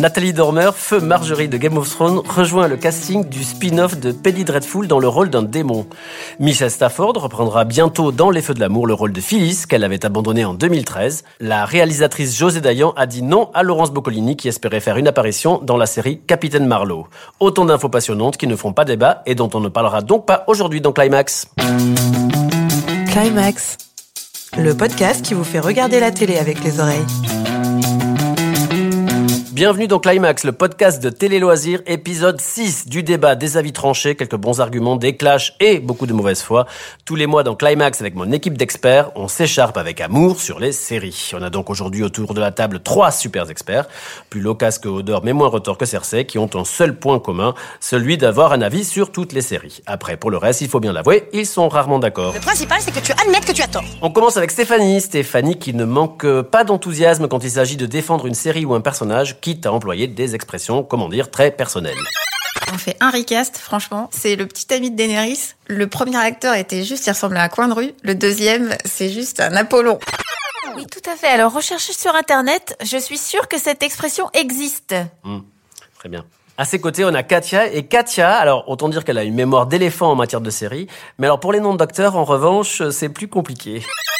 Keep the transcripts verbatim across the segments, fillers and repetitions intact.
Nathalie Dormer, feu Marjorie de Game of Thrones, rejoint le casting du spin-off de Penny Dreadful dans le rôle d'un démon. Michelle Stafford reprendra bientôt dans Les Feux de l'amour le rôle de Phyllis, qu'elle avait abandonné en deux mille treize. La réalisatrice José Dayan a dit non à Laurence Boccolini, qui espérait faire une apparition dans la série Capitaine Marlowe. Autant d'infos passionnantes qui ne font pas débat et dont on ne parlera donc pas aujourd'hui dans Climax. Climax, le podcast qui vous fait regarder la télé avec les oreilles. Bienvenue dans Climax, le podcast de Télé Loisirs, épisode six, du débat, des avis tranchés, quelques bons arguments, des clashs et beaucoup de mauvaise foi. Tous les mois dans Climax, avec mon équipe d'experts, on s'écharpe avec amour sur les séries. On a donc aujourd'hui autour de la table trois super experts, plus loquaces que Odeur mais moins retors que Cersei, qui ont un seul point commun, celui d'avoir un avis sur toutes les séries. Après, pour le reste, il faut bien l'avouer, ils sont rarement d'accord. Le principal, c'est que tu admettes que tu as tort. On commence avec Stéphanie. Stéphanie qui ne manque pas d'enthousiasme quand il s'agit de défendre une série ou un personnage, quitte à employer des expressions, comment dire, très personnelles. On fait un recast, franchement. C'est le petit ami de Daenerys. Le premier acteur était juste, il ressemblait à un coin de rue. Le deuxième, c'est juste un Apollon. Oui, tout à fait. Alors, recherchez sur Internet. Je suis sûre que cette expression existe. Mmh, très bien. À ses côtés, on a Katia. Et Katia, alors, autant dire qu'elle a une mémoire d'éléphant en matière de série. Mais alors, pour les noms d'acteurs, en revanche, c'est plus compliqué.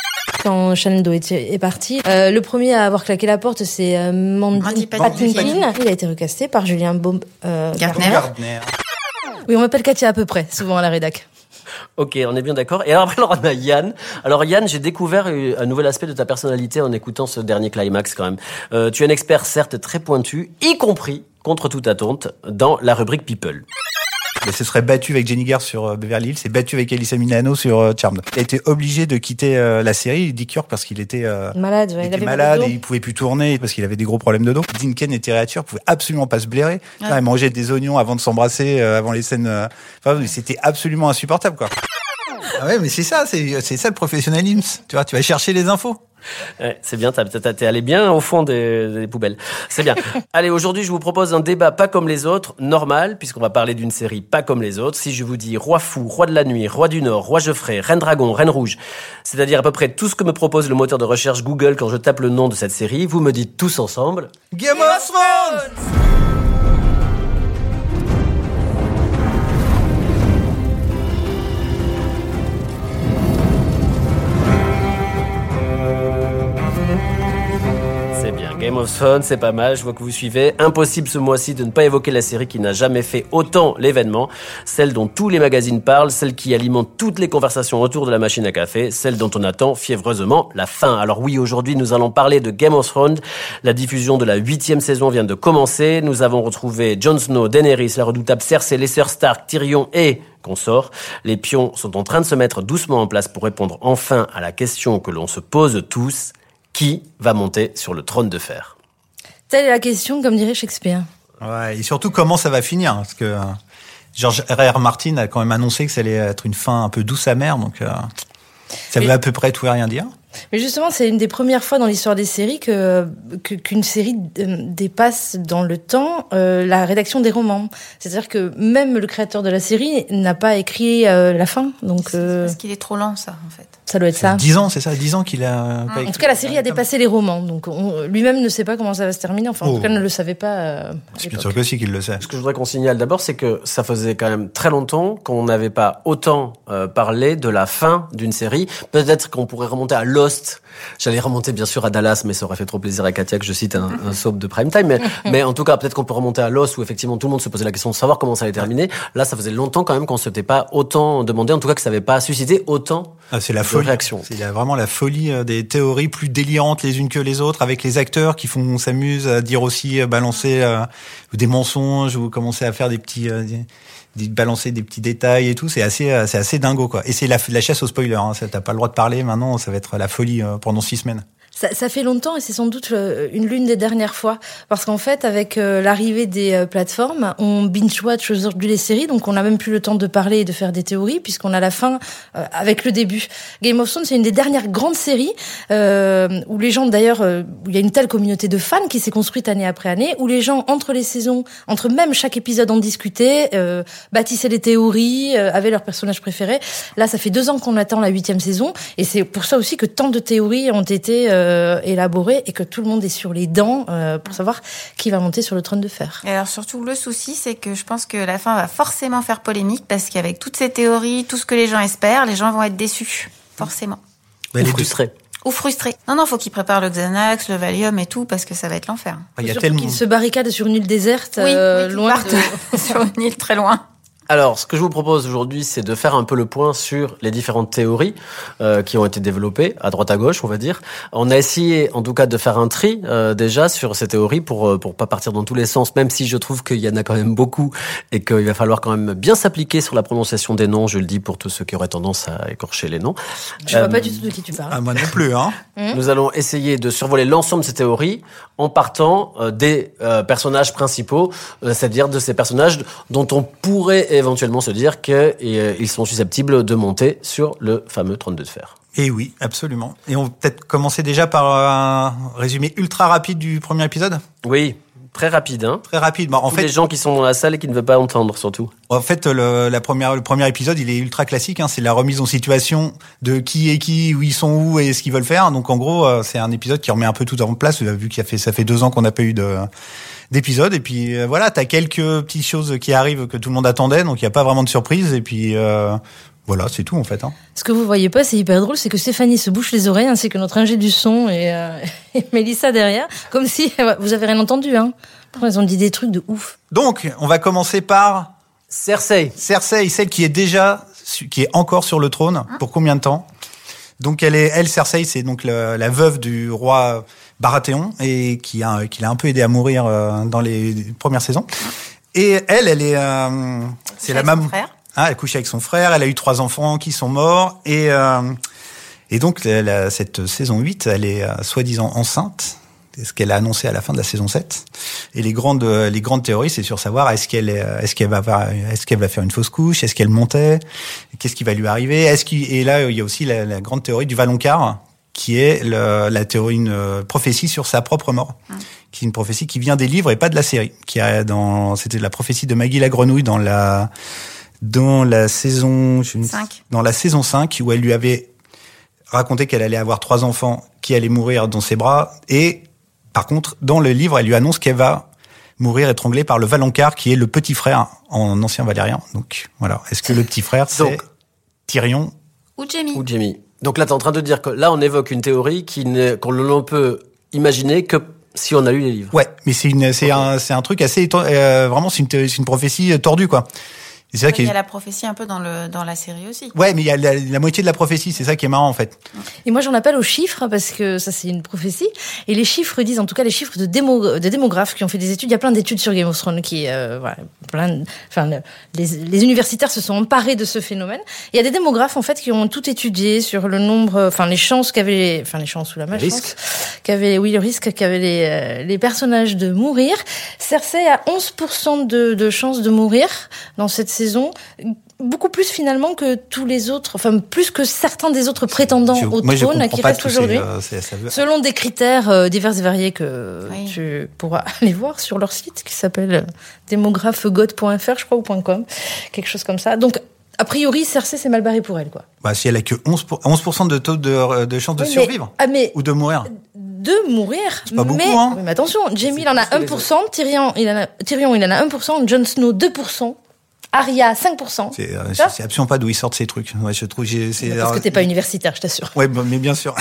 Quand Shannon Doherty est parti, euh, le premier à avoir claqué la porte, c'est euh, Mandy, Mandy Patinkin. Patinkin. Il a été recasté par Julien Baum, euh, Gardner. Gardner. Oui, on m'appelle Katia à peu près, souvent à la rédac. Ok, on est bien d'accord. Et alors après, on a Yann. Alors Yann, j'ai découvert un nouvel aspect de ta personnalité en écoutant ce dernier Climax quand même. Euh, tu es un expert certes très pointu, y compris, contre toute attente, dans la rubrique People. Il se serait battu avec Jenny Garth sur euh, Beverly Hills, s'est battu avec Alyssa Milano sur euh, Charmed. Il a été obligé de quitter euh, la série, Dick York, parce qu'il était euh, malade. Ouais, il il était avait malade mal au et dos. il pouvait plus tourner parce qu'il avait des gros problèmes de dos. Dinken et Terry Hatcher pouvaient absolument pas se blairer. Ouais. Enfin, il mangeait des oignons avant de s'embrasser, euh, avant les scènes. Euh... Enfin, c'était absolument insupportable, quoi. Ah ouais, mais c'est ça, c'est c'est ça le professionnalisme. Tu vois, tu vas chercher les infos. Ouais, c'est bien, t'as, t'as, t'es allé bien au fond des, des poubelles. C'est bien. Allez, aujourd'hui, je vous propose un débat pas comme les autres, normal, puisqu'on va parler d'une série pas comme les autres. Si je vous dis Roi Fou, Roi de la Nuit, Roi du Nord, Roi Geoffrey, Reine Dragon, Reine Rouge, c'est-à-dire à peu près tout ce que me propose le moteur de recherche Google quand je tape le nom de cette série, vous me dites tous ensemble Game of Thrones. Game of Thrones, c'est pas mal, je vois que vous suivez. Impossible ce mois-ci de ne pas évoquer la série qui n'a jamais fait autant l'événement, celle dont tous les magazines parlent, celle qui alimente toutes les conversations autour de la machine à café, celle dont on attend fiévreusement la fin. Alors oui, aujourd'hui, nous allons parler de Game of Thrones. La diffusion de la huitième saison vient de commencer. Nous avons retrouvé Jon Snow, Daenerys, la redoutable Cersei, les sœurs Stark, Tyrion et consorts. Les pions sont en train de se mettre doucement en place pour répondre enfin à la question que l'on se pose tous. Qui va monter sur le trône de fer ? Telle est la question, comme dirait Shakespeare. Ouais, et surtout comment ça va finir, parce que euh, George R R. Martin a quand même annoncé que ça allait être une fin un peu douce amère, donc euh, ça Mais... veut à peu près tout et rien dire. Mais justement, c'est une des premières fois dans l'histoire des séries que, que qu'une série dépasse dans le temps euh, la rédaction des romans. C'est-à-dire que même le créateur de la série n'a pas écrit euh, la fin. Donc euh, Parce qu'il est trop lent, ça, en fait. Ça doit être ça. Dix ans, c'est ça, dix ans qu'il a. En tout cas, la série a dépassé les romans, donc on, lui-même ne sait pas comment ça va se terminer. Enfin, en oh. tout cas, ne le savait pas. Euh, c'est bien sûr que si qu'il le sait. Ce que je voudrais qu'on signale d'abord, c'est que ça faisait quand même très longtemps qu'on n'avait pas autant euh, parlé de la fin d'une série. Peut-être qu'on pourrait remonter à Lost. J'allais remonter bien sûr à Dallas, mais ça aurait fait trop plaisir à Katia que je cite un, un soap de prime time. Mais, mais en tout cas, peut-être qu'on peut remonter à Lost où effectivement tout le monde se posait la question de savoir comment ça allait terminer. Là, ça faisait longtemps quand même qu'on ne s'était pas autant demandé, en tout cas que ça n'avait pas suscité autant ah, c'est la de folie. réactions. C'est la, vraiment la folie des théories plus délirantes les unes que les autres, avec les acteurs qui font s'amusent à dire aussi, euh, balancer euh, des mensonges ou commencer à faire des petits... Euh, des... balancer des petits détails et tout, c'est assez, c'est assez dingo, quoi. Et c'est la, la chasse au spoiler, hein. T'as pas le droit de parler maintenant, ça va être la folie euh, pendant six semaines. Ça, ça fait longtemps et c'est sans doute une l'une des dernières fois parce qu'en fait avec euh, l'arrivée des euh, plateformes on binge-watch aujourd'hui les séries donc on n'a même plus le temps de parler et de faire des théories puisqu'on a la fin euh, avec le début. Game of Thrones c'est une des dernières grandes séries euh, où les gens d'ailleurs euh, où il y a une telle communauté de fans qui s'est construite année après année où les gens entre les saisons entre même chaque épisode en discutaient euh, bâtissaient les théories euh, avaient leurs personnages préférés. Là ça fait deux ans qu'on attend la huitième saison et c'est pour ça aussi que tant de théories ont été euh, euh, élaboré et que tout le monde est sur les dents euh, pour savoir qui va monter sur le trône de fer. Et alors surtout, le souci, c'est que je pense que la fin va forcément faire polémique parce qu'avec toutes ces théories, tout ce que les gens espèrent, les gens vont être déçus, forcément. Ou Ou frustrés. Ou frustrés. Non, non, faut qu'ils préparent le Xanax, le Valium et tout parce que ça va être l'enfer. Il y a Surtout tellement. qu'ils se barricadent sur une île déserte, Oui, euh, oui, qu'ils loin partent de... sur une île très loin. Alors, ce que je vous propose aujourd'hui, c'est de faire un peu le point sur les différentes théories euh, qui ont été développées à droite à gauche, on va dire. On a essayé, en tout cas, de faire un tri euh, déjà sur ces théories pour pour pas partir dans tous les sens, même si je trouve qu'il y en a quand même beaucoup et qu'il va falloir quand même bien s'appliquer sur la prononciation des noms. Je le dis pour tous ceux qui auraient tendance à écorcher les noms. Je Euh, vois pas du tout de qui tu parles. Ah, moi non plus, hein. Nous allons essayer de survoler l'ensemble de ces théories en partant euh, des euh, personnages principaux, euh, c'est-à-dire de ces personnages dont on pourrait éventuellement se dire qu'ils euh, sont susceptibles de monter sur le fameux trône de fer. Et oui, absolument. Et on va peut-être commencer déjà par un résumé ultra rapide du premier épisode. Oui, très rapide, hein. Très rapide. Bon, en Tous fait, les gens qui sont dans la salle et qui ne veulent pas entendre, surtout. En fait, le, la première, le premier épisode, il est ultra classique. Hein, c'est la remise en situation de qui est qui, où ils sont où et ce qu'ils veulent faire. Donc, en gros, euh, c'est un épisode qui remet un peu tout en place, vu qu'il a fait, ça fait deux ans qu'on n'a pas eu de d'épisode. Et puis euh, voilà, t'as quelques petites choses qui arrivent que tout le monde attendait, donc il y a pas vraiment de surprise. Et puis euh, voilà, c'est tout en fait. Hein. Ce que vous voyez pas, c'est hyper drôle, c'est que Stéphanie se bouche les oreilles, ainsi que notre ingé du son et, euh, et Mélissa derrière, comme si vous avez rien entendu. Hein. Ils ont dit des trucs de ouf. Donc, on va commencer par Cersei. Cersei, celle qui est déjà, qui est encore sur le trône. Pour combien de temps? Donc, elle est, elle, Cersei, c'est donc la, la veuve du roi Baratheon et qui a, qui l'a un peu aidé à mourir euh, dans les premières saisons. Et elle, elle est, euh, c'est la maman. Ah, elle couche avec son frère. Elle a eu trois enfants qui sont morts et euh, et donc la, la, cette saison huit, elle est euh, soi-disant enceinte. C'est ce qu'elle a annoncé à la fin de la saison sept. Et les grandes, les grandes théories, c'est sur savoir est-ce qu'elle est, est-ce qu'elle va, est-ce qu'elle va faire une fausse couche, est-ce qu'elle montait, qu'est-ce qui va lui arriver, est-ce qu'il, et là, il y a aussi la, la grande théorie du Valonqar, qui est le, la théorie, une prophétie sur sa propre mort. Hum. Qui est une prophétie qui vient des livres et pas de la série. Qui a dans, c'était la prophétie de Maggie la Grenouille dans la, dans la saison, cinq. Dans la saison cinq, où elle lui avait raconté qu'elle allait avoir trois enfants qui allaient mourir dans ses bras et, par contre, dans le livre, elle lui annonce qu'elle va mourir étranglée par le Valonqar, qui est le petit frère en ancien valérien. Donc, voilà. Est-ce que le petit frère, c'est Donc, Tyrion ou Jaime? Ou Jaime. Donc là, t'es en train de dire que là, on évoque une théorie qui ne, qu'on ne peut imaginer que si on a lu les livres. Ouais, mais c'est une, c'est okay. un, c'est un truc assez, euh, vraiment, c'est une, c'est une prophétie tordue, quoi. C'est ça qui est... Il y a la prophétie un peu dans le dans la série aussi. Ouais, mais il y a la, la moitié de la prophétie, c'est ça qui est marrant en fait. Et moi j'en appelle aux chiffres parce que ça c'est une prophétie. Et les chiffres disent, en tout cas les chiffres de, démo, de démographes qui ont fait des études. Il y a plein d'études sur Game of Thrones qui, euh, voilà, plein. De, enfin, les, les universitaires se sont emparés de ce phénomène. Et il y a des démographes en fait qui ont tout étudié sur le nombre, enfin les chances qu'avaient, enfin les chances ou la malchance, qu'avaient, oui le risque qu'avaient les les personnages de mourir. Cersei a onze pour cent de, de chances de mourir dans cette saison. Beaucoup plus finalement que tous les autres, enfin plus que certains des autres prétendants je, au moi, trône qui restent aujourd'hui, euh, c'est, ça veut... selon des critères euh, divers et variés que oui. tu pourras aller voir sur leur site qui s'appelle démographegod point f r, je crois, ou .com, quelque chose comme ça. Donc a priori, Cersei c'est mal barré pour elle, quoi. Bah si elle a que onze pour cent de taux de, de chance de oui, survivre mais, ah, mais, ou de mourir. De mourir, c'est pas beaucoup, mais, hein. mais attention, Jaime il en a un pour cent, Tyrion il en a, Tyrion il en a un pour cent, Jon Snow deux pour cent. Arya, cinq pour cent. C'est, euh, c'est absolument pas d'où ils sortent ces trucs. Ouais, je trouve, j'ai, c'est, parce que t'es pas universitaire, je t'assure. Ouais, mais bien sûr.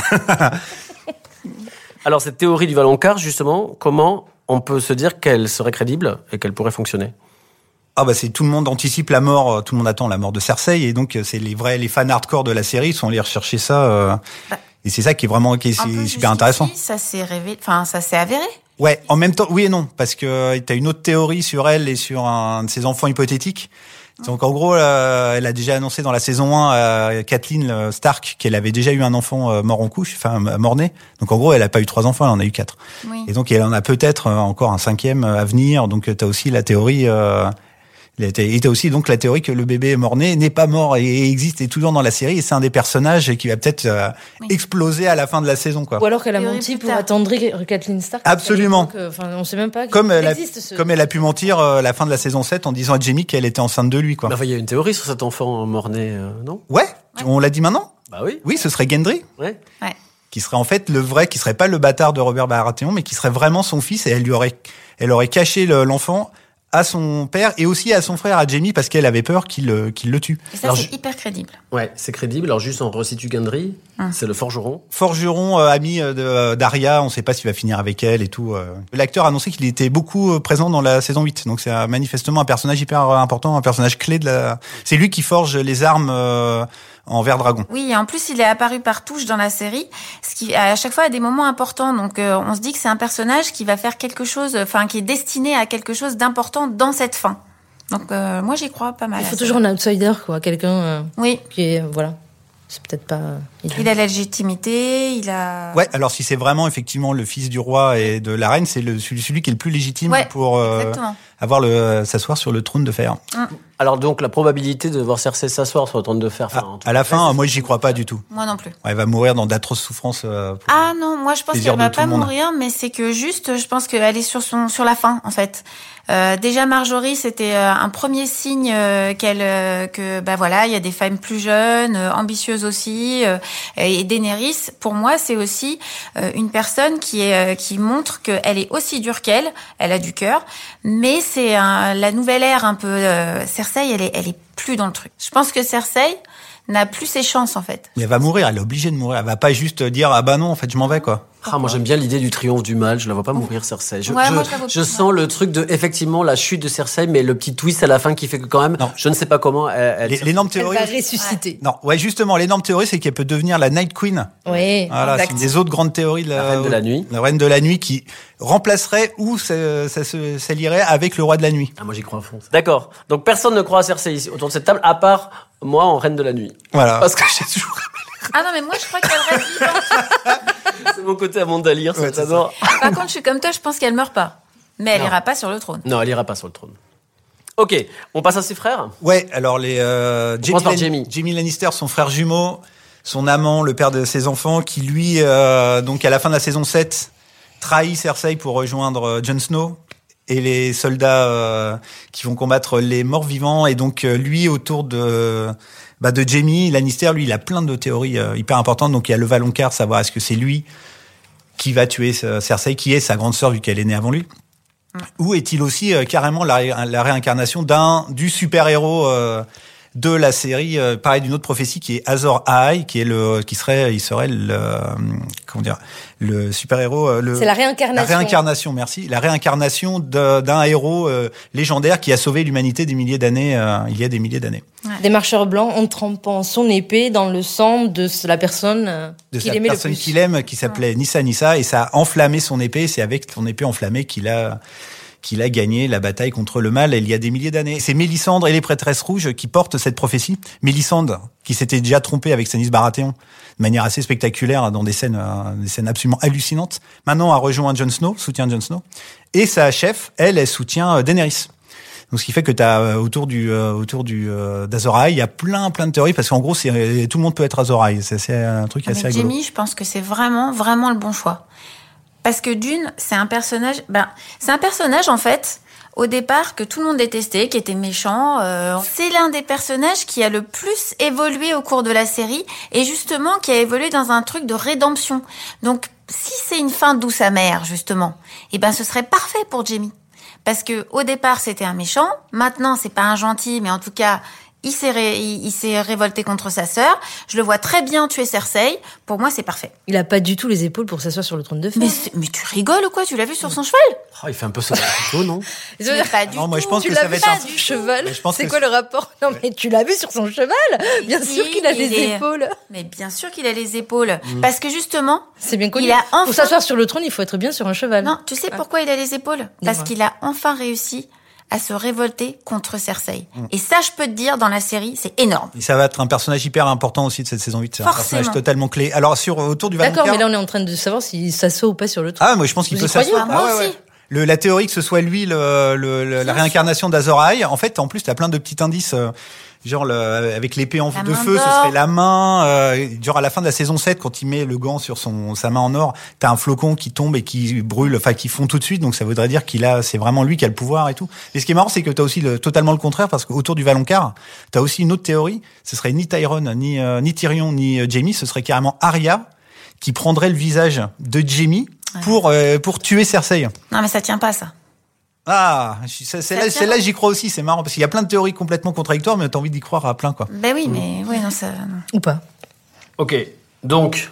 Alors, cette théorie du Valonqar, justement, comment on peut se dire qu'elle serait crédible et qu'elle pourrait fonctionner? Ah bah c'est tout le monde anticipe la mort, tout le monde attend la mort de Cersei et donc c'est les vrais, les fans hardcore de la série ils sont allés rechercher ça euh, bah, et c'est ça qui est vraiment qui est, c'est super intéressant. Ça s'est révélé, enfin ça s'est avéré. Ouais, en même temps, oui et non, parce que t'as une autre théorie sur elle et sur un de ses enfants hypothétiques. Donc en gros, euh, elle a déjà annoncé dans la saison un à Catelyn Stark qu'elle avait déjà eu un enfant euh, mort en couche, enfin mort-né. Donc en gros, elle a pas eu trois enfants, elle en a eu quatre. Oui. Et donc elle en a peut-être encore un cinquième à venir. Donc t'as aussi la théorie. Euh, Et t'as aussi donc la théorie que le bébé mort-né n'est pas mort et existe et toujours dans la série et c'est un des personnages qui va peut-être euh, oui. exploser à la fin de la saison, quoi. Ou alors qu'elle a menti pour attendrir Catelyn Stark. Absolument. Enfin, on sait même pas. Comme elle, a, ce... comme elle a pu mentir euh, la fin de la saison sept en disant à Jaime qu'elle était enceinte de lui, quoi. Bah, il y a une théorie sur cet enfant mort-né, euh, non? Ouais. ouais. On l'a dit maintenant. Bah oui. Oui, ce serait Gendry. Ouais. Ouais. qui serait en fait le vrai, qui serait pas le bâtard de Robert Baratheon, mais qui serait vraiment son fils, et elle lui aurait, elle aurait caché le, l'enfant à son père et aussi à son frère, à Jaime, parce qu'elle avait peur qu'il, qu'il le tue. Et ça, Alors, c'est je- hyper crédible. Ouais, c'est crédible. Alors juste en resitue Gendry, Hum. c'est le forgeron. Forgeron, euh, ami euh, de, d'Arya, on sait pas s'il va finir avec elle et tout. euh. L'acteur a annoncé qu'il était beaucoup euh, présent dans la saison huit, donc c'est euh, manifestement un personnage hyper euh, important, un personnage clé de la... C'est lui qui forge les armes euh, en verre dragon. Oui, et en plus, il est apparu par touche dans la série, ce qui, à chaque fois, a des moments importants. Donc, euh, on se dit que c'est un personnage qui va faire quelque chose, enfin, qui est destiné à quelque chose d'important dans cette fin. Donc, euh, moi, j'y crois pas mal. Il faut à ça. toujours un outsider, quoi. Quelqu'un euh, Oui, qui est, euh, voilà. C'est peut-être pas... euh, idéal. il a la légitimité, il a... Ouais, alors si c'est vraiment effectivement le fils du roi et de la reine, c'est le, celui, celui qui est le plus légitime Ouais, pour euh, exactement. avoir le s'asseoir sur le trône de fer. Alors donc la probabilité de voir Cersei s'asseoir sur le trône de fer. À, enfin, en tout à la cas, fin, c'est- moi j'y crois pas du tout. Moi non plus. Ouais, elle va mourir dans d'atroces souffrances. euh, pour- Ah non, moi je pense Plaisir qu'elle va de tout pas le monde. mourir, mais c'est que juste, je pense qu'elle est sur son sur la fin en fait. Euh, déjà Marjorie, c'était euh, un premier signe euh, qu'elle euh, que bah voilà, il y a des femmes plus jeunes, euh, ambitieuses aussi, euh, et Daenerys, pour moi, c'est aussi euh, une personne qui est euh, qui montre qu'elle est aussi dure qu'elle, elle a du cœur, mais c'est un- la nouvelle ère un peu euh, Cersei, elle est elle est plus dans le truc. Je pense que Cersei n'a plus ses chances en fait. Mais elle va mourir, elle est obligée de mourir. Elle va pas juste dire ah bah non, en fait je m'en vais quoi. Ah, moi j'aime bien l'idée du triomphe du mal. Je la vois pas mourir Cersei. Je, Ouais, je, moi, je la vois je pas. sens le truc de effectivement la chute de Cersei, mais le petit twist à la fin qui fait que quand même, Non. je ne sais pas comment. Elle, elle- Les- L'énorme Elle théorie. va ressusciter. Non, ouais, justement, l'énorme théorie, c'est qu'elle peut devenir la Night Queen. Oui. Voilà, c'est exact. une des autres grandes théories de la, La reine de la nuit. La reine de la nuit qui remplacerait ou ça, ça se s'allierait avec le roi de la nuit. Ah, moi j'y crois à fond. D'accord. Donc personne ne croit à Cersei ici autour de cette table, à part moi en reine de la nuit. Voilà. Parce que j'ai toujours. Ah non, mais moi je crois qu'elle reste vivante. C'est mon côté Amanda Lear, Ouais, ça c'est t'adore. Par contre, je suis comme toi, je pense qu'elle meurt pas. Mais elle Non. ira pas sur le trône. Non, elle ira pas sur le trône. Ok, on passe à ses frères. Ouais, alors les euh, commence par Lan- Jaime. Jaime Lannister, son frère jumeau, son amant, le père de ses enfants, qui lui, euh, donc à la fin de la saison sept, trahit Cersei pour rejoindre euh, Jon Snow et les soldats euh, qui vont combattre les morts vivants. Et donc euh, lui, autour de bah, de Jaime Lannister, lui, il a plein de théories euh, hyper importantes. Donc il y a le Valonqar, savoir est-ce que c'est lui qui va tuer euh, Cersei, qui est sa grande sœur vu qu'elle est née avant lui. Ou est-il aussi euh, carrément la, ré- la réincarnation d'un du super-héros euh, de la série, euh, pareil d'une autre prophétie qui est Azor Ahai, qui est le, qui serait, il serait le, euh, comment dire, le super-héros. euh, le, C'est la réincarnation. La réincarnation, merci. La réincarnation de- d'un héros euh, légendaire qui a sauvé l'humanité des milliers d'années, euh, il y a des milliers d'années. Des marcheurs blancs en trempant son épée dans le sang de la personne euh, De qu'il cette aimait le personne plus. qu'il aime, qui s'appelait Nissa Nissa, et ça a enflammé son épée. C'est avec son épée enflammée qu'il a qu'il a gagné la bataille contre le mal il y a des milliers d'années. C'est Mélisandre et les prêtresses rouges qui portent cette prophétie. Mélisandre, qui s'était déjà trompée avec Stannis Baratheon de manière assez spectaculaire dans des scènes, euh, des scènes absolument hallucinantes, maintenant a rejoint Jon Snow, soutient Jon Snow, et sa chef, elle, elle soutient euh, Daenerys. Donc ce qui fait que t'as euh, autour du euh, autour du euh, d'Azor Ahai, il y a plein plein de théories parce qu'en gros c'est euh, tout le monde peut être Azor Ahai, c'est c'est un truc assez Mais rigolo. Jaime, je pense que c'est vraiment, vraiment le bon choix. Parce que d'une, c'est un personnage, ben, c'est un personnage, en fait, au départ, que tout le monde détestait, qui était méchant. Euh, c'est l'un des personnages qui a le plus évolué au cours de la série et justement qui a évolué dans un truc de rédemption. Donc, si c'est une fin douce amère, justement, eh ben, ce serait parfait pour Jaime. Parce que au départ, c'était un méchant. Maintenant, c'est pas un gentil, mais en tout cas, il s'est ré- il, il s'est révolté contre sa sœur. Je le vois très bien tuer Cersei. Pour moi, c'est parfait. Il a pas du tout les épaules pour s'asseoir sur le trône de fer. Mais, c'est- mais tu rigoles ou quoi? Tu l'as vu sur son cheval? Oh, il fait un peu ça plutôt, non? Je veux dire, pas du Non, moi, je tout. pense tu que l'as ça va vu être un- du cheval. Mais je pense C'est que quoi le rapport? Non, mais tu l'as vu sur son cheval. Bien Si, sûr qu'il a il les est- épaules. Mais bien sûr qu'il a les épaules. Parce que justement, C'est bien connu. Il a enfin- Pour s'asseoir sur le trône, il faut être bien sur un cheval. non, tu sais pourquoi il a les épaules? Parce Dis-moi. qu'il a enfin réussi à se révolter contre Cersei. Et ça, je peux te dire, dans la série, c'est énorme. Et ça va être un personnage hyper important aussi de cette saison huit. C'est un Forcément. personnage totalement clé. Alors, sur, autour du D'accord, Valonqar. mais là, on est en train de savoir s'il s'assoit ou pas sur le trône. Ah, moi, je pense qu'il Vous peut y croyez s'asseoir. Moi Ah, ouais, aussi. ouais. Le, la théorie que ce soit lui, le, le, le- la réincarnation d'Azor Ahai. En fait, en plus, t'as plein de petits indices. euh, Genre, le, avec l'épée en La de main feu, ce d'or. serait la main. Euh, genre, à la fin de la saison sept, quand il met le gant sur son, sa main en or, t'as un flocon qui tombe et qui brûle, enfin, qui fond tout de suite. Donc, ça voudrait dire qu'il a, c'est vraiment lui qui a le pouvoir et tout. Et ce qui est marrant, c'est que t'as aussi le, totalement le contraire, parce qu'autour du Valonqar, t'as aussi une autre théorie. Ce serait ni Tyrion, ni, euh, ni Tyrion, ni euh, Jaime. Ce serait carrément Arya, qui prendrait le visage de Jaime ouais. pour euh, pour tuer Cersei. Non, mais ça tient pas, ça. Ah, c'est, c'est là, c'est là j'y crois aussi, c'est marrant parce qu'il y a plein de théories complètement contradictoires, mais t'as envie d'y croire à plein, quoi. Ben oui, mais ouais, non, ça. Non. Ou pas. Ok, donc,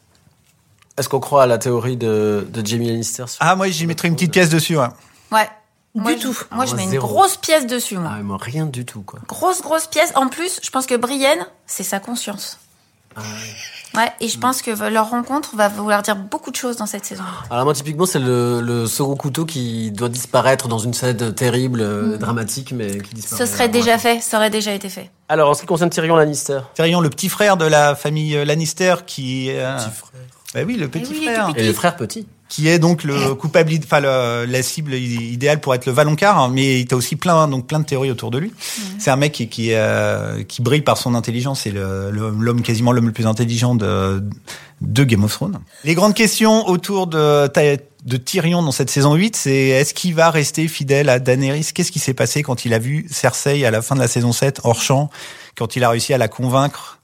est-ce qu'on croit à la théorie de, de Jaime Lannister? Ah, moi, j'y mettrais une petite pièce dessus, ouais. Ouais. Du moi, tout. Je, moi, ah, je mets zéro. une grosse pièce dessus, moi. Ah, moi, rien du tout, quoi. Grosse, grosse pièce. En plus, je pense que Brienne, c'est sa conscience. Ah, ouais. Ouais, et je pense que leur rencontre va vouloir dire beaucoup de choses dans cette saison. Alors moi, typiquement, c'est le, le second couteau qui doit disparaître dans une scène terrible, euh, Mm. dramatique, mais qui disparaît. Ce serait déjà fait, ça aurait déjà été fait. Alors, en ce qui concerne Tyrion Lannister. Tyrion, le petit frère de la famille Lannister, qui euh... Petit frère. Bah oui, le petit Et oui, frère. tout Et le frère petit. Qui est donc le coupable, enfin le, la cible idéale pour être le Valonqar, hein, mais il a aussi plein, donc plein de théories autour de lui. Mmh. C'est un mec qui qui, euh, qui brille par son intelligence, c'est le, le, l'homme quasiment l'homme le plus intelligent de de Game of Thrones. Les grandes questions autour de de Tyrion dans cette saison huit, c'est est-ce qu'il va rester fidèle à Daenerys? Qu'est-ce qui s'est passé quand il a vu Cersei à la fin de la saison sept hors champ, quand il a réussi à la convaincre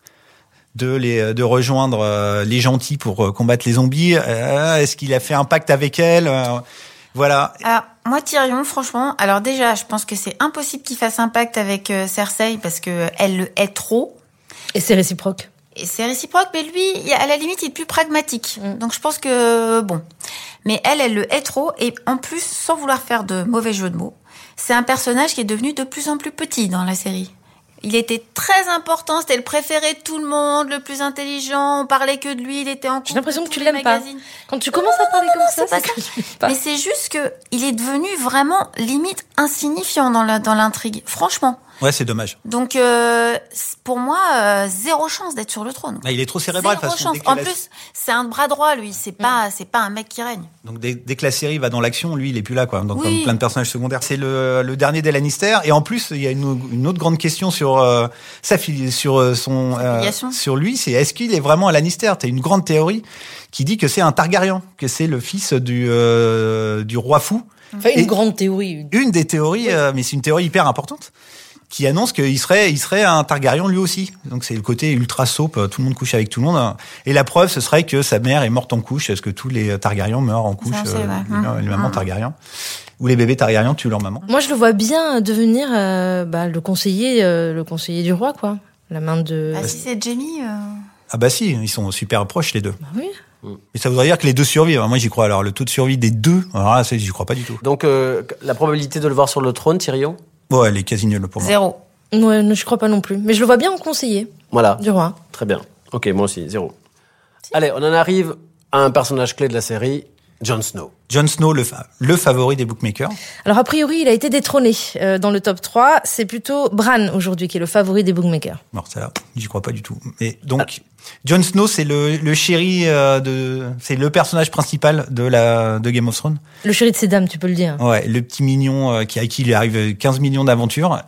de les de rejoindre euh, les gentils pour euh, combattre les zombies. Euh, est-ce qu'il a fait un pacte avec elle? euh, Voilà. Alors, moi, Tyrion, franchement, alors déjà, je pense que c'est impossible qu'il fasse un pacte avec euh, Cersei parce que elle le hait trop. Et c'est réciproque. Et c'est réciproque, mais lui, à la limite, il est plus pragmatique. Mm. Donc, je pense que, bon. Mais elle, elle le hait trop. Et en plus, sans vouloir faire de mauvais jeu de mots, c'est un personnage qui est devenu de plus en plus petit dans la série. Il était très important, c'était le préféré de tout le monde, le plus intelligent, on parlait que de lui, il était en couple. J'ai l'impression de que tu tous les l'aimes pas. magazines. Quand tu commences à parler comme ça, c'est pas c'est que ça. tu l'aimes pas. Mais c'est juste que il est devenu vraiment limite insignifiant dans la, dans l'intrigue. Franchement. Ouais, c'est dommage. Donc, euh, pour moi, euh, zéro chance d'être sur le trône. Bah, il est trop cérébral. Zéro façon, chance. dès que En la... plus, c'est un bras droit, lui. C'est pas, mm. c'est pas un mec qui règne. Donc dès, dès que la série va dans l'action, lui, il est plus là, quoi. Donc oui. comme plein de personnages secondaires. C'est le, le dernier des Lannister. Et en plus, il y a une, une autre grande question sur euh, sa fille, sur euh, son, euh, sur lui. C'est est-ce qu'il est vraiment un Lannister? T'as une grande théorie qui dit que c'est un Targaryen, que c'est le fils du euh, du roi fou. Enfin, une Et grande théorie. Une des théories, oui. euh, mais c'est une théorie hyper importante, qui annonce qu'il serait, il serait un Targaryen lui aussi. Donc c'est le côté ultra soap, tout le monde couche avec tout le monde. Et la preuve, ce serait que sa mère est morte en couche, parce que tous les Targaryens meurent en couche, Ça, euh, les, mmh. les mamans mmh. Targaryens. Ou les bébés Targaryens tuent leur maman. Moi, je le vois bien devenir euh, bah, le conseiller, euh, le conseiller du roi, quoi. La main de. Ah, si c'est Jaime. Euh... Ah bah si, ils sont super proches les deux. Bah oui. Et ça voudrait dire que les deux survivent. Moi, j'y crois. Alors le taux de survie des deux, alors là, j'y crois pas du tout. Donc euh, la probabilité de le voir sur le trône, Tyrion? Ouais, elle est quasi nulle pour moi. Zéro. Ouais, non, je crois pas non plus. Mais je le vois bien en conseiller. Voilà. Du roi. Très bien. Ok, moi aussi, zéro. Si. Allez, on en arrive à un personnage clé de la série, Jon Snow. Jon Snow, le, fa- le favori des bookmakers. Alors, a priori, il a été détrôné euh, dans le top trois. C'est plutôt Bran, aujourd'hui, qui est le favori des bookmakers. Alors ça, j'y crois pas du tout. Et donc, ah. Jon Snow, c'est le, le chéri euh, de... C'est le personnage principal de, la, de Game of Thrones. Le chéri de ces dames, tu peux le dire. Ouais, le petit mignon euh, qui, à qui il arrive quinze millions d'aventures.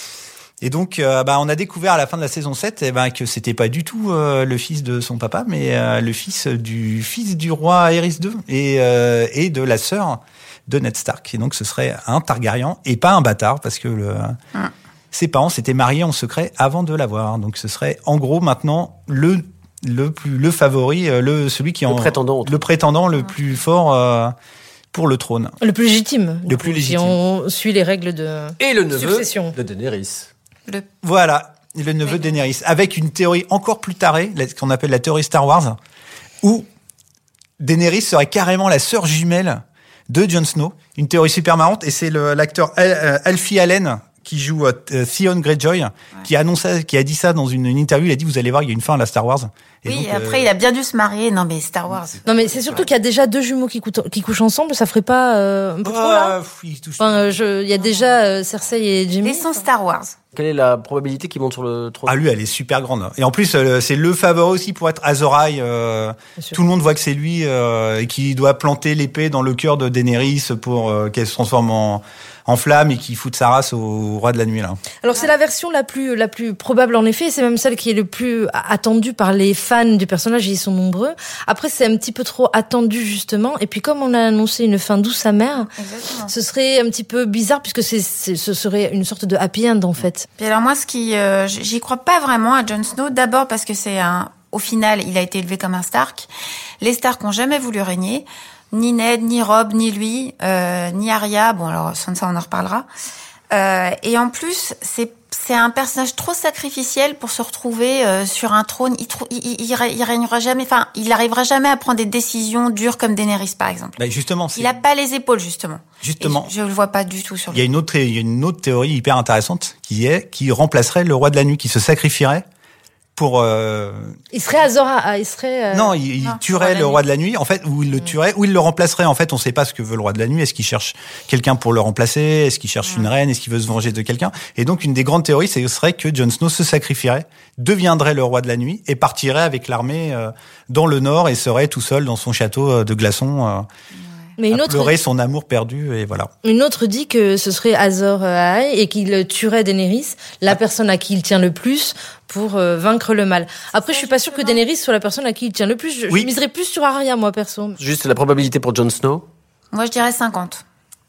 Et donc, euh, bah, on a découvert à la fin de la saison sept eh ben, que c'était pas du tout euh, le fils de son papa, mais euh, le fils du fils du roi Aerys deux et, euh, et de la sœur de Ned Stark. Et donc, ce serait un Targaryen et pas un bâtard, parce que le, mm. ses parents s'étaient mariés en secret avant de l'avoir. Donc, ce serait en gros maintenant le le plus le favori, le celui qui le en prétendant, le prétendant le plus fort. Euh, pour le trône. Le plus légitime. Le plus légitime. Si on suit les règles de et le neveu succession. de Daenerys. Le... Voilà, le neveu oui. de Daenerys, avec une théorie encore plus tarée, ce qu'on appelle la théorie Star Wars, où Daenerys serait carrément la sœur jumelle de Jon Snow. Une théorie super marrante, et c'est le, l'acteur Al, Alfie Allen qui joue euh, Theon Greyjoy, ouais. qui a annoncé, qui a dit ça dans une, une interview. Il a dit, vous allez voir, il y a une fin à la Star Wars. Et oui, donc, après, euh... il a bien dû se marier. Non, mais Star Wars. Non, mais c'est surtout qu'il y a déjà deux jumeaux qui, coutent, qui couchent ensemble. Ça ferait pas euh, un peu oh, trop, là il enfin, je, il y a déjà euh, Cersei et Jaime. Et son Star Wars. Quelle est la probabilité qu'il monte sur le trône? Ah, lui, elle est super grande. Et en plus, euh, c'est le favori aussi pour être Azor Ahai. Euh, tout le monde voit que c'est lui euh, et qui doit planter l'épée dans le cœur de Daenerys pour euh, qu'elle se transforme en... en flamme et qui fout sa race au roi de la nuit, là. Alors, c'est la version la plus, la plus probable, en effet. C'est même celle qui est le plus attendue par les fans du personnage, et ils sont nombreux. Après, c'est un petit peu trop attendu, justement. Et puis, comme on a annoncé une fin douce amère, Exactement. ce serait un petit peu bizarre puisque c'est, c'est, ce serait une sorte de happy end, en fait. Puis alors, moi, ce qui, euh, j'y crois pas vraiment à Jon Snow. D'abord parce que c'est un, au final, il a été élevé comme un Stark. Les Stark ont jamais voulu régner. Ni Ned, ni Robb, ni lui, euh, ni Arya. Bon, alors, Sansa, on en reparlera. Euh, et en plus, c'est, c'est un personnage trop sacrificiel pour se retrouver euh, sur un trône. Il, trou- il, il, il régnera jamais, enfin, il arrivera jamais à prendre des décisions dures comme Daenerys, par exemple. Bah justement, c'est... Il a pas les épaules, justement. Justement. Et je, je le vois pas du tout sur lui. Il y a une autre, il y a une autre théorie hyper intéressante qui est, qui remplacerait le roi de la nuit, qui se sacrifierait pour, euh... Il serait Azor Ahai, il serait... Euh... Non, il, il non, tuerait le roi de la nuit, en fait, ou il le tuerait, ou il le remplacerait. En fait, on sait pas ce que veut le roi de la nuit. Est-ce qu'il cherche quelqu'un pour le remplacer? Est-ce qu'il cherche une reine? Est-ce qu'il veut se venger de quelqu'un? Et donc, une des grandes théories, ce serait que Jon Snow se sacrifierait, deviendrait le roi de la nuit et partirait avec l'armée euh, dans le nord et serait tout seul dans son château de glaçons. Euh, Mais une à autre, pleurer son amour perdu et voilà. une autre dit que ce serait Azor Ahai et qu'il tuerait Daenerys, la personne à qui il tient le plus, pour euh, vaincre le mal. Après, je suis pas sûre que Daenerys soit la personne à qui il tient le plus. Je, Oui. je miserais plus sur Arya, moi, perso. Juste la probabilité pour Jon Snow. Moi, je dirais cinquante.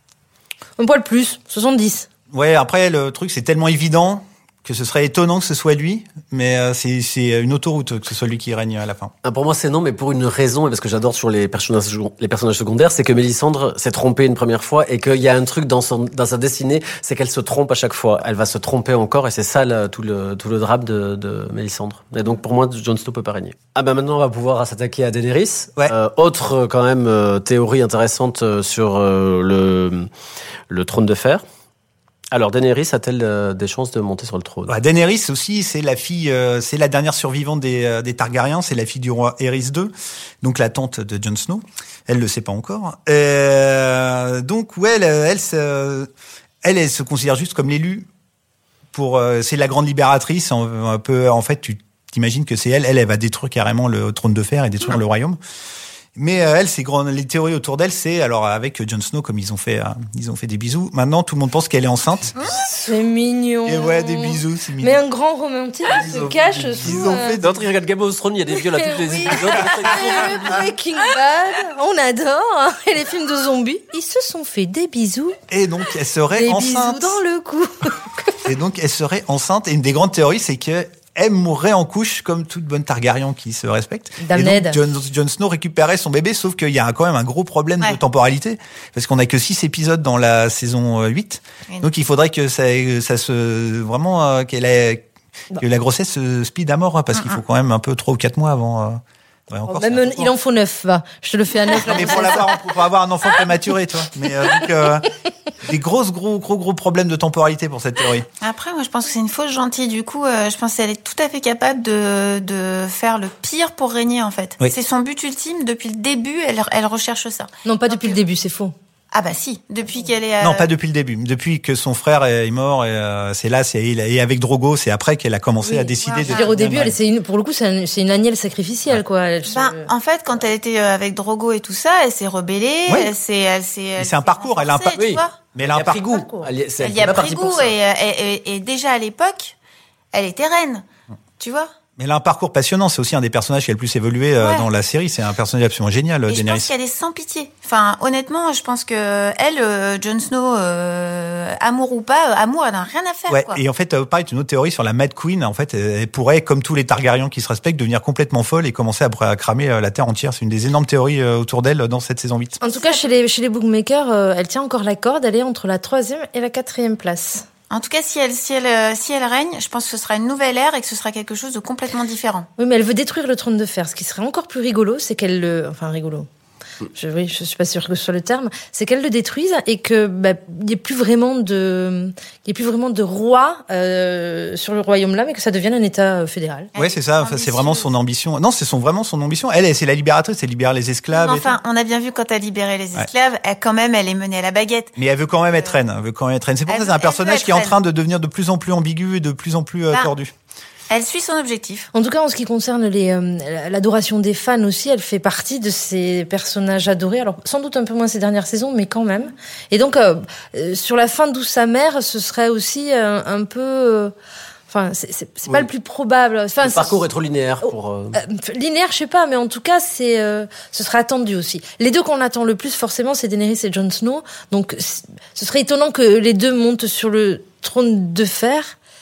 Un poil plus, soixante-dix. Ouais, après, le truc, c'est tellement évident que ce serait étonnant que ce soit lui, mais euh, c'est, c'est une autoroute que ce soit lui qui règne à la fin. Ah, pour moi, c'est non, mais pour une raison, et parce que j'adore sur les personnages, les personnages secondaires, c'est que Mélisandre s'est trompée une première fois et qu'il y a un truc dans son, dans sa destinée, c'est qu'elle se trompe à chaque fois. Elle va se tromper encore et c'est ça, là, tout le, tout le drame de, de Mélisandre. Et donc, pour moi, Jon Snow peut pas régner. Ah, ben, maintenant, on va pouvoir s'attaquer à Daenerys. Ouais. Euh, autre, quand même, euh, théorie intéressante euh, sur euh, le, le trône de fer. Alors, Daenerys a-t-elle euh, des chances de monter sur le trône? Bah, Daenerys aussi, c'est la fille, euh, c'est la dernière survivante des, euh, des Targaryens, c'est la fille du roi Aerys deux, donc la tante de Jon Snow. Elle le sait pas encore. Euh, donc ouais, elle, elle, se, elle, elle se considère juste comme l'élue. Pour, euh, c'est la grande libératrice. Un, un peu, en fait, tu t'imagines que c'est elle. Elle, elle va détruire carrément le trône de fer et détruire le royaume. Mais euh, elle, c'est grand. Les théories autour d'elle, c'est alors avec Jon Snow, comme ils ont fait, euh, ils ont fait des bisous. Maintenant, tout le monde pense qu'elle est enceinte. C'est mignon. Et ouais, des bisous, c'est mignon. Mais un grand romantique se cache sous... Ils ont euh, fait D'autres, ils regardent Game of Thrones, il y a des viols à tous les Oui. épisodes. Breaking Bad, on adore. Et les films de zombies, ils se sont fait des bisous. Et donc, elle serait Des enceinte. bisous dans le cou. Et donc, elle serait enceinte. Et une des grandes théories, c'est que elle mourrait en couche comme toute bonne Targaryen qui se respecte. Dame et donc, Ned. Jon, Jon Snow récupérait son bébé, sauf qu'il y a quand même un gros problème Ouais. de temporalité, parce qu'on a que six épisodes dans la saison huit. Oui. Donc, il faudrait que ça, ça se, vraiment, euh, qu'elle ait, que la grossesse se speed à mort, hein, parce qu'il faut quand même un peu trois ou quatre mois avant, euh, ouais, encore, c'est un Même peu il court. en faut neuf, va. Je te le fais à neuf. Non, mais pour l'avoir, pour avoir un enfant prématuré, toi. Mais, euh, donc, euh, des grosses, gros, gros, gros problèmes de temporalité pour cette théorie. Après, moi, je pense que c'est une fausse gentille. Du coup, euh, je pense qu'elle est tout à fait capable de, de faire le pire pour régner, en fait. Oui. C'est son but ultime. Depuis le début, elle, elle recherche ça. Non, pas depuis le début, c'est faux. Ah bah si, depuis qu'elle est... euh, Non, pas depuis le début. Depuis que son frère est mort, et euh, c'est là, c'est et avec Drogo, c'est après qu'elle a commencé Oui. à décider Ouais, de. Je veux dire, au début, Ouais. elle, c'est une, pour le coup, c'est, un- c'est une agnelle sacrificielle, quoi. Elle se- Ben, en fait, quand elle était euh, avec Drogo et tout ça, elle s'est rebellée, Oui. elle s'est... Elle s'est Mais elle c'est un s'est parcours, elle a un renforcée, par- tu oui. vois. Mais elle a Elle un a pris parcours. goût. Elle y est- c'est- Elle y elle a est pas pris partie pour goût ça. et, et, et, et déjà à l'époque, elle était reine, tu vois. Mais elle a un parcours passionnant. C'est aussi un des personnages qui a le plus évolué euh, Ouais. dans la série. C'est un personnage absolument génial, Et je Daenerys. pense qu'elle est sans pitié. Enfin, honnêtement, je pense que elle, euh, Jon Snow, euh, amour ou pas, euh, amour, elle n'a rien à faire. Ouais. Quoi. Et en fait, euh, pareil, une autre théorie sur la Mad Queen. En fait, elle pourrait, comme tous les Targaryens qui se respectent, devenir complètement folle et commencer à, à cramer euh, la terre entière. C'est une des énormes théories euh, autour d'elle dans cette saison huit. En tout cas, chez les, chez les bookmakers, euh, elle tient encore la corde. Elle est entre la troisième et la quatrième place. En tout cas, si elle, si elle, euh, si elle règne, je pense que ce sera une nouvelle ère et que ce sera quelque chose de complètement différent. Oui, mais elle veut détruire le trône de fer. Ce qui serait encore plus rigolo, c'est qu'elle le... Enfin, rigolo. Je, oui, je suis pas sûre que ce soit le terme. C'est qu'elle le détruise et que bah, il y ait plus vraiment de, il y ait plus vraiment de roi euh, sur le royaume là, mais que ça devienne un État euh, fédéral. Ouais, c'est ça. Enfin, c'est vraiment son ambition. Non, c'est son vraiment son ambition. Elle, elle, c'est la libératrice. Elle libère les esclaves. Mais et enfin, on a bien vu quand elle libérait les esclaves, elle, quand même, elle est menée à la baguette. Mais elle veut quand même être reine. Elle veut quand même être reine. C'est pour Elle ça que c'est un veut- elle veut personnage être qui est en reine. train de devenir de plus en plus ambigu et de plus en plus euh, Bah, tordu. Elle suit son objectif. En tout cas, en ce qui concerne les, euh, l'adoration des fans aussi, elle fait partie de ces personnages adorés. Alors, sans doute un peu moins ces dernières saisons, mais quand même. Et donc, euh, euh, sur la fin d'Où sa mère, ce serait aussi euh, un peu... euh, Enfin, c'est, c'est, c'est Oui. pas le plus probable. Enfin, Le c'est- parcours est trop linéaire pour. euh, Euh, linéaire, je sais pas, mais en tout cas, c'est, euh, ce sera attendu aussi. Les deux qu'on attend le plus, forcément, c'est Daenerys et Jon Snow. Donc, c- ce serait étonnant que les deux montent sur le trône de fer.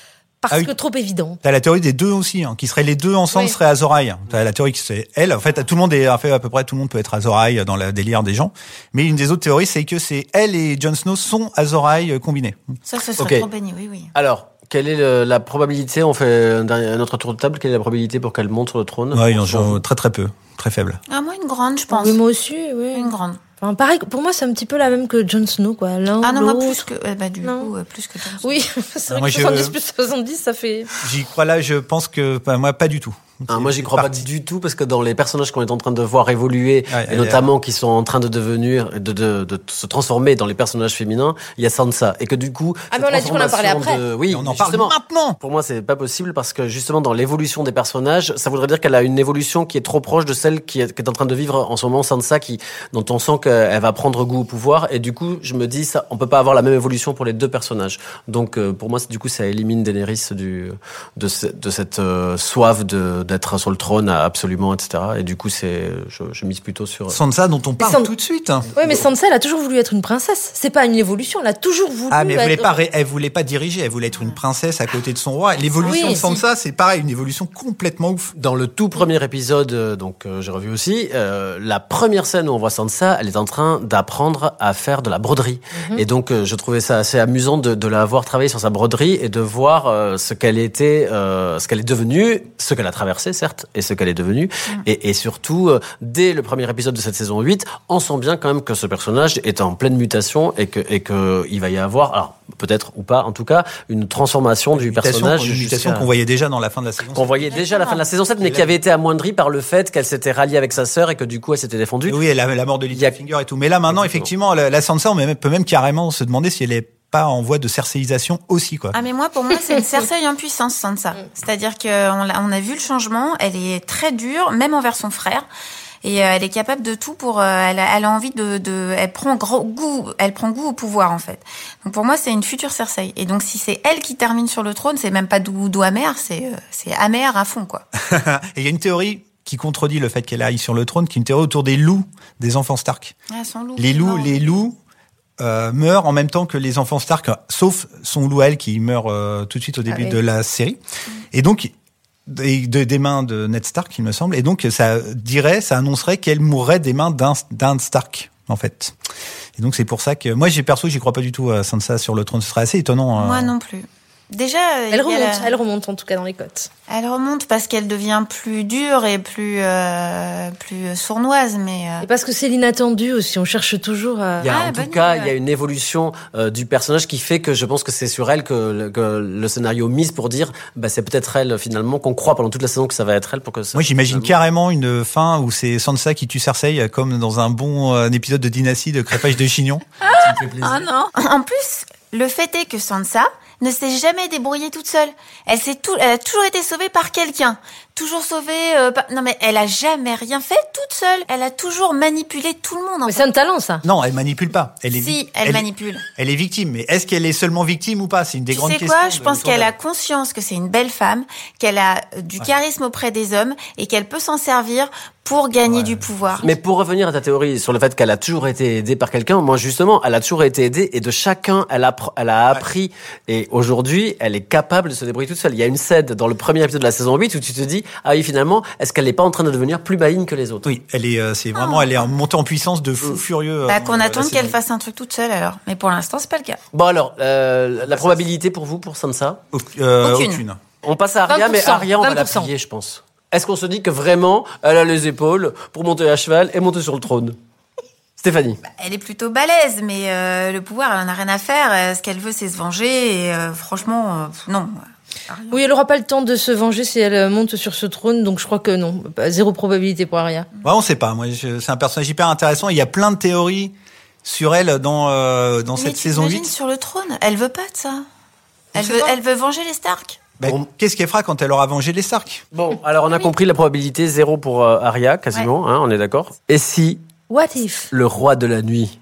Parce Ah oui. que trop évident. T'as la théorie des deux aussi, hein, qui seraient les deux ensemble, Oui. seraient Azor Ahai. T'as la théorie qui c'est elle. En fait, tout le monde est, en fait, à peu près tout le monde peut être Azor Ahai dans le délire des gens. Mais une des autres théories, c'est que c'est elle et Jon Snow sont Azor Ahai combinés. Ça, ce serait Ok. trop béni, oui, oui. Alors, quelle est le- la probabilité, on fait un, dernier- un autre tour de table, quelle est la probabilité pour qu'elle monte sur le trône? Ouais, il en joue très très peu, très faible. Ah, moi, une grande, je pense. Oui, moi aussi, oui. Une grande. Enfin, pareil, pour moi, c'est un petit peu la même que Jon Snow, quoi. L'un Ah non, ou moi, l'autre. plus que... eh ben, du Non. coup, euh, plus que Jon Snow. Oui, c'est vrai moi, que je- soixante-dix plus soixante-dix, ça fait... J'y crois là, je pense que, bah, moi, pas du tout. Ah, moi, j'y crois pas parti. du tout parce que dans les personnages qu'on est en train de voir évoluer, Ouais, et elle notamment qui sont en train de devenir, de, de, de se transformer dans les personnages féminins, il y a Sansa. Et que du coup, Ah, cette mais on a dit qu'on en parlait transformation après. de- Oui, Et on en mais parle justement. maintenant. Pour moi, c'est pas possible parce que justement, dans l'évolution des personnages, ça voudrait dire qu'elle a une évolution qui est trop proche de celle qui est, qui est en train de vivre en ce moment Sansa, qui, dont on sent qu'elle va prendre goût au pouvoir. Et du coup, je me dis, ça, on peut pas avoir la même évolution pour les deux personnages. Donc, euh, pour moi, c'est- du coup, ça élimine Daenerys du, de, ce- de cette euh, soif de, d'être sur le trône absolument, et cetera. Et du coup, c'est, je, je mise plutôt sur. Sansa dont on parle Sans- tout de suite. hein. Ouais, mais Sansa, elle a toujours voulu être une princesse. C'est pas une évolution, elle a toujours voulu Ah, mais elle voulait être... pas, ré- elle voulait pas diriger, elle voulait être une princesse à côté de son roi. L'évolution Oui, de Sansa, c'est pareil, une évolution complètement ouf. Dans le tout premier épisode, euh, donc euh, j'ai revu aussi, euh, la première scène où on voit Sansa, elle est en train d'apprendre à faire de la broderie. Mhm. Et donc euh, je trouvais ça assez amusant de, de la voir travailler sur sa broderie et de voir euh, ce qu'elle était, euh, ce qu'elle est devenue, ce qu'elle a traversé certes, et ce qu'elle est devenue. Mhm. Et, et surtout, euh, dès le premier épisode de cette saison huit, on sent bien quand même que ce personnage est en pleine mutation et que et que il va y avoir, alors peut-être ou pas, en tout cas, une transformation du Mutation, personnage. une mutation jusqu'à- qu'on voyait déjà dans la fin de la saison. qu'on voyait déjà à la fin de la saison sept, mais qui avait été amoindrie par le fait qu'elle s'était ralliée avec sa sœur et que du coup elle s'était défendue. Oui, elle a la mort de Il y a- Littlefinger et tout. Mais là, maintenant, Exactement. effectivement, la, la Sansa, on même- peut même carrément se demander si elle est pas en voie de cercéisation aussi, quoi. Ah mais moi pour moi c'est une Cersei en puissance Sansa. C'est-à-dire que on a, on a vu le changement, elle est très dure même envers son frère et euh, elle est capable de tout pour euh, elle, a, elle a envie de, de elle prend gros goût, elle prend goût au pouvoir en fait. Donc pour moi c'est une future Cersei et donc si c'est elle qui termine sur le trône, c'est même pas doux, doux amer, c'est euh, c'est amer à fond quoi. Et il y a une théorie qui contredit le fait qu'elle aille sur le trône, qui est une théorie autour des loups des enfants Stark. Ah, son loup. Les loups, Non. les loups euh, meurent en même temps que les enfants Stark, sauf son loup à elle qui meurt euh, tout de suite au début Ah oui. de la série. Et donc, des, de- des mains de Ned Stark, il me semble. Et donc, ça dirait, ça annoncerait qu'elle mourrait des mains d'un d'un Stark, en fait. Et donc, c'est pour ça que moi, j'ai perso, j'y crois pas du tout à Sansa sur le trône. Ce serait assez étonnant. euh. Moi non plus. Déjà, euh, il y Elle a remonte, la- elle remonte en tout cas dans les côtes. Elle remonte parce qu'elle devient plus dure et plus euh, plus sournoise, mais euh, Et parce que c'est l'inattendu aussi, on cherche toujours à... Il y a, Ah, en tout bonne cas, idée, il y a ouais. une évolution euh, du personnage qui fait que je pense que c'est sur elle que le, que le scénario mise pour dire, bah, c'est peut-être elle finalement qu'on croit pendant toute la saison que ça va être elle pour que ça. Moi, j'imagine finalement- carrément une fin où c'est Sansa qui tue Cersei, comme dans un bon euh, épisode de Dynasty de crépage de chignon. Ça me fait plaisir. ah non. En plus, le fait est que Sansa ne s'est jamais débrouillée toute seule. Elle s'est tout, elle a toujours été sauvée par quelqu'un. Toujours sauvée. euh, par... Non mais elle a jamais rien fait toute seule. Elle a toujours manipulé tout le monde. En Mais fait. c'est un talent, ça. Non, elle manipule pas. Elle est, Si, vi- elle, manipule. Elle est victime, mais est-ce qu'elle est seulement victime ou pas? C'est une des Tu grandes sais questions. quoi Je de- pense autour qu'elle d'elle. a conscience que c'est une belle femme, qu'elle a euh, du charisme auprès des hommes et qu'elle peut s'en servir pour gagner Ouais. du pouvoir. Mais pour revenir à ta théorie sur le fait qu'elle a toujours été aidée par quelqu'un, moi justement, elle a toujours été aidée et de chacun, elle a, elle a appris. Et aujourd'hui, elle est capable de se débrouiller toute seule. Il y a une scène dans le premier épisode de la saison huit où tu te dis, ah oui, finalement, est-ce qu'elle n'est pas en train de devenir plus maligne que les autres? Oui, elle est, euh, c'est vraiment, elle est en montée en puissance de fou furieux. Bah, euh, qu'on dans attende la qu'elle saison. fasse un truc toute seule alors. Mais pour l'instant, c'est pas le cas. Bon alors, euh, la probabilité pour vous, pour Sansa? Au- euh, Aucune. aucune. On passe à Arya, vingt pour mais cent, Arya, on va vingt pour cent. l'appuyer, je pense. Est-ce qu'on se dit que vraiment, elle a les épaules pour monter à cheval et monter sur le trône? Stéphanie? Elle est plutôt balèze, mais euh, le pouvoir, elle en a rien à faire. Euh, Ce qu'elle veut, c'est se venger. Et euh, franchement, euh, non. Oui, elle aura pas le temps de se venger si elle monte sur ce trône, donc je crois que non. Bah, Zéro probabilité pour Arya. Ouais, on sait pas. Moi, je- c'est un personnage hyper intéressant. Il y a plein de théories sur elle dans euh, dans Mais cette tu saison t'imagines huit. sur le trône, elle veut pas de ça. Elle sait veut, pas. elle veut venger les Stark. Bah, Bon. Qu'est-ce qu'elle fera quand elle aura vengé les Stark? Bon, alors on a compris la probabilité zéro pour euh, Arya, quasiment, hein, on est d'accord. Et si What if? le roi de la nuit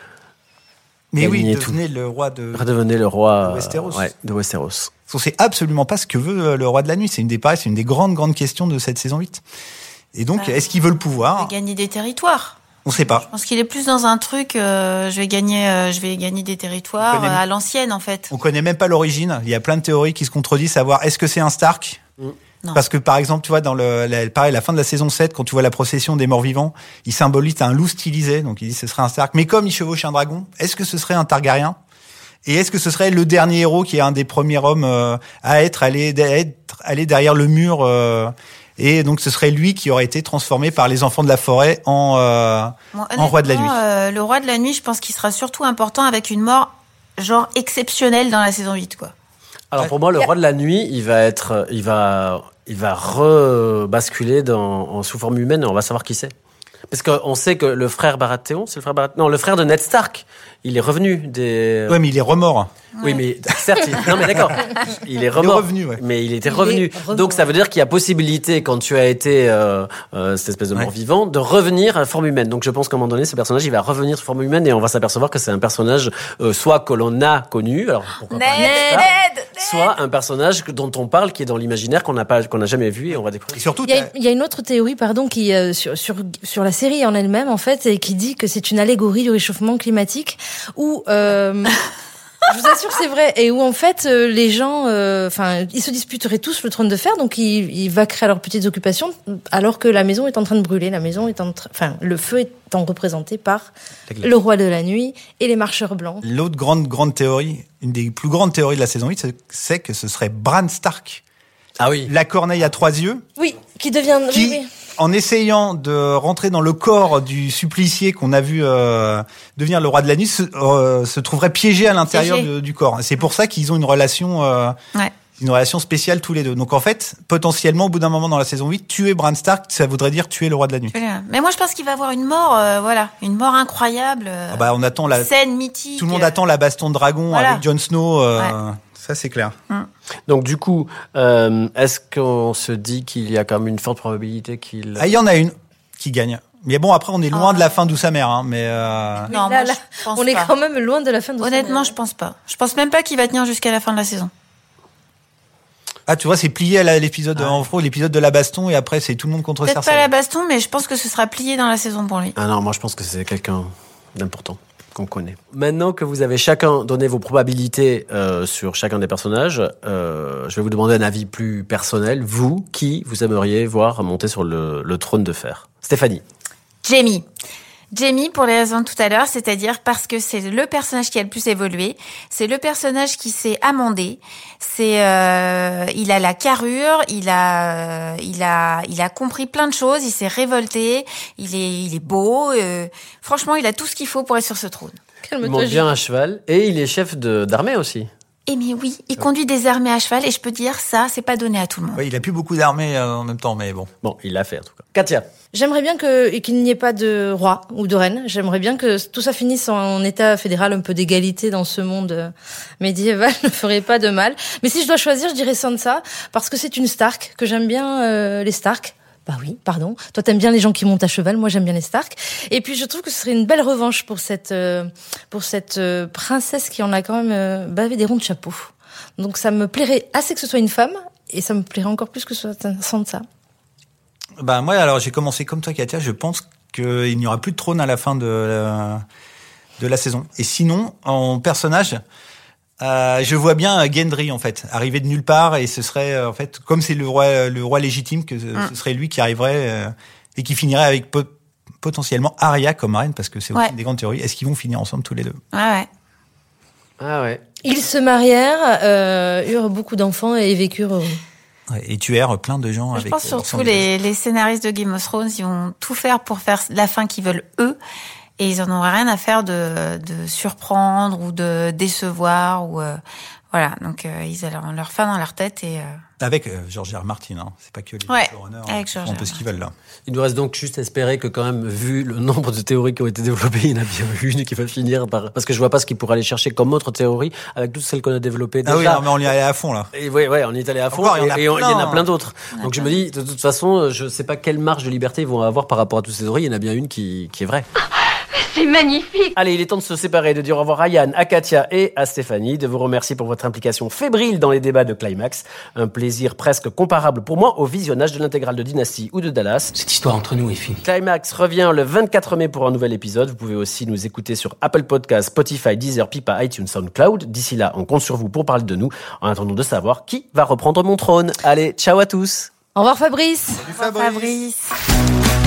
Mais oui, Gagnez tout. devenez le roi de. redevenait le roi De Westeros. euh, ouais, de Westeros? On sait absolument pas ce que veut euh, le roi de la nuit. C'est une des pareil, c'est une des grandes grandes questions de cette saison huit. Et donc, Bah, est-ce qu'il veut le pouvoir? Elle veut gagner des territoires. On sait pas. Je pense qu'il est plus dans un truc, euh, je vais gagner, euh, je vais gagner des territoires connaît... euh, à l'ancienne en fait. On connaît même pas l'origine. Il y a plein de théories qui se contredisent, savoir est-ce que c'est un Stark. Mm. Non. Parce que par exemple, tu vois, dans le, la, pareil, la fin de la saison sept, quand tu vois la procession des morts vivants, il symbolise un loup stylisé, donc il dit ce serait un Stark. Mais comme il chevauche un dragon, est-ce que ce serait un Targaryen? Et est-ce que ce serait le dernier héros qui est un des premiers hommes euh, à être allé, à être allé derrière le mur euh, et donc ce serait lui qui aurait été transformé par les enfants de la forêt en, euh, bon, en roi de la nuit. Euh, le roi de la nuit, je pense qu'il sera surtout important avec une mort genre exceptionnelle dans la saison huit, quoi. Alors pour moi, le roi de la nuit, il va être, il va, il va rebasculer dans, en sous forme humaine et on va savoir qui c'est. Parce qu'on sait que le frère Baratheon, c'est le frère Baratheon, non, le frère de Ned Stark, il est revenu des... Ouais, mais il est remort. Oui, mais certes, il... non mais d'accord, il est remort, il est revenu, ouais. mais il était il revenu. Donc ça veut dire qu'il y a possibilité, quand tu as été euh, euh, cette espèce de mort-vivant, ouais. de revenir à forme humaine. Donc je pense qu'à un moment donné, ce personnage, il va revenir sous forme humaine et on va s'apercevoir que c'est un personnage euh, soit que l'on a connu, alors pourquoi Ned, pas Ned, Ned, soit un personnage dont on parle, qui est dans l'imaginaire, qu'on n'a pas, qu'on n'a jamais vu et on va découvrir. Et surtout, il y a, il y a une autre théorie, pardon, qui euh, sur sur sur la série en elle-même en fait, et qui dit que c'est une allégorie du réchauffement climatique où euh, je vous assure c'est vrai, et où en fait euh, les gens, enfin, euh, ils se disputeraient tous le trône de fer, donc ils, ils va créer leurs petites occupations, alors que la maison est en train de brûler, la maison est en train, enfin, le feu étant représenté par le roi de la nuit et les marcheurs blancs. L'autre grande grande théorie, une des plus grandes théories de la saison huit, c'est, c'est que ce serait Bran Stark. Ah oui. La corneille à trois yeux. Oui, qui devient. Qui, oui, oui. En essayant de rentrer dans le corps du supplicié qu'on a vu euh, devenir le roi de la nuit, se, euh, se trouverait piégé à l'intérieur de, du corps. C'est pour ça qu'ils ont une relation, euh, ouais. une relation spéciale tous les deux. Donc en fait, potentiellement, au bout d'un moment dans la saison huit, tuer Bran Stark, ça voudrait dire tuer le roi de la nuit. Mais moi, je pense qu'il va avoir une mort, euh, voilà, une mort incroyable. Euh, ah bah, on attend la scène mythique. Tout le monde attend la baston de dragon voilà. avec Jon Snow. Euh, ouais. Ça, c'est clair. Mm. Donc, du coup, euh, est-ce qu'on se dit qu'il y a quand même une forte probabilité qu'il... Ah, il y en a une qui gagne. Mais bon, après, on est loin oh. de la fin d'Où sa mère, hein, mais... Euh... Non, là, moi, là, je pense on pas. est quand même loin de la fin d'Où sa mère. Honnêtement, je pense pas. Je pense même pas qu'il va tenir jusqu'à la fin de la saison. Ah, tu vois, c'est plié à l'épisode, ah. en gros, l'épisode de la baston, et après, c'est tout le monde contre Peut-être Cersei. Pas la baston, mais je pense que ce sera plié dans la saison pour lui. Ah non, moi, je pense que c'est quelqu'un d'important qu'on connaît. Maintenant que vous avez chacun donné vos probabilités euh, sur chacun des personnages, euh, je vais vous demander un avis plus personnel. Vous, qui vous aimeriez voir monter sur le, le trône de fer? Stéphanie. Jamie. Jamie, pour les raisons de tout à l'heure, c'est-à-dire parce que c'est le personnage qui a le plus évolué, c'est le personnage qui s'est amendé, c'est, euh, il a la carrure, il a, euh, il a, il a compris plein de choses, il s'est révolté, il est, il est beau, euh, franchement, il a tout ce qu'il faut pour être sur ce trône. Il monte bien à cheval et il est chef de, d'armée aussi. Eh mais oui, il conduit des armées à cheval et je peux dire ça, c'est pas donné à tout le monde. Oui, il a plus beaucoup d'armées euh, en même temps, mais bon. Bon, il l'a fait en tout cas. Katia. J'aimerais bien que qu'il n'y ait pas de roi ou de reine. J'aimerais bien que tout ça finisse en état fédéral, un peu d'égalité dans ce monde médiéval ne ferait pas de mal. Mais si je dois choisir, je dirais Sansa parce que c'est une Stark, que j'aime bien euh, les Stark. Bah oui, pardon. Toi, t'aimes bien les gens qui montent à cheval. Moi, j'aime bien les Stark. Et puis, je trouve que ce serait une belle revanche pour cette euh, pour cette euh, princesse qui en a quand même euh, bavé des ronds de chapeau. Donc, ça me plairait assez que ce soit une femme, et ça me plairait encore plus que ce soit Sansa. Bah moi, alors j'ai commencé comme toi, Katia. Je pense qu'il n'y aura plus de trône à la fin de la, de la saison. Et sinon, en personnage, euh, je vois bien Gendry en fait arriver de nulle part, et ce serait en fait comme c'est le roi, le roi légitime, que mm. ce serait lui qui arriverait euh, et qui finirait avec po- potentiellement Arya comme reine, parce que c'est aussi ouais. une des grandes théories. Est-ce qu'ils vont finir ensemble tous les deux? Ah ouais. Ah ouais. Ils se marièrent, euh, eurent beaucoup d'enfants et vécurent heureux. Ouais, et tuèrent plein de gens. Je avec pense surtout les, les scénaristes de Game of Thrones, ils vont tout faire pour faire la fin qu'ils veulent eux, et ils en auraient rien à faire de, de surprendre ou de décevoir ou euh, voilà. Donc euh, ils ont leur fin dans leur tête et. Euh... Avec euh, George R. Martin, hein. C'est pas que les ouais, showrunners. Avec George un peu ce qu'ils veulent là. Il nous reste donc juste à espérer que quand même, vu le nombre de théories qui ont été développées, il y en a bien une qui va finir par... Parce que je vois pas ce qu'il pourrait aller chercher comme autre théorie avec toutes celles qu'on a développées déjà. Ah oui, non, mais on y est allé à fond là. Et oui, ouais, on y est allé à fond. Encore, et il y, y, y en a plein d'autres. Donc je me dis, de toute façon, je sais pas quelle marge de liberté ils vont avoir par rapport à toutes ces théories. Il y en a bien une qui, qui est vraie. c'est magnifique. Allez, il est temps de se séparer, de dire au revoir à Yann, à Katia et à Stéphanie, de vous remercier pour votre implication fébrile dans les débats de Climax. Un plaisir presque comparable pour moi au visionnage de l'intégrale de Dynasty ou de Dallas. Cette histoire entre nous est finie. Climax revient le vingt-quatre mai pour un nouvel épisode. Vous pouvez aussi nous écouter sur Apple Podcasts, Spotify, Deezer, Pipa, iTunes, SoundCloud. D'ici là, on compte sur vous pour parler de nous, en attendant de savoir qui va reprendre mon trône. Allez, ciao à tous. Au revoir Fabrice. Salut Fabrice. Fabrice.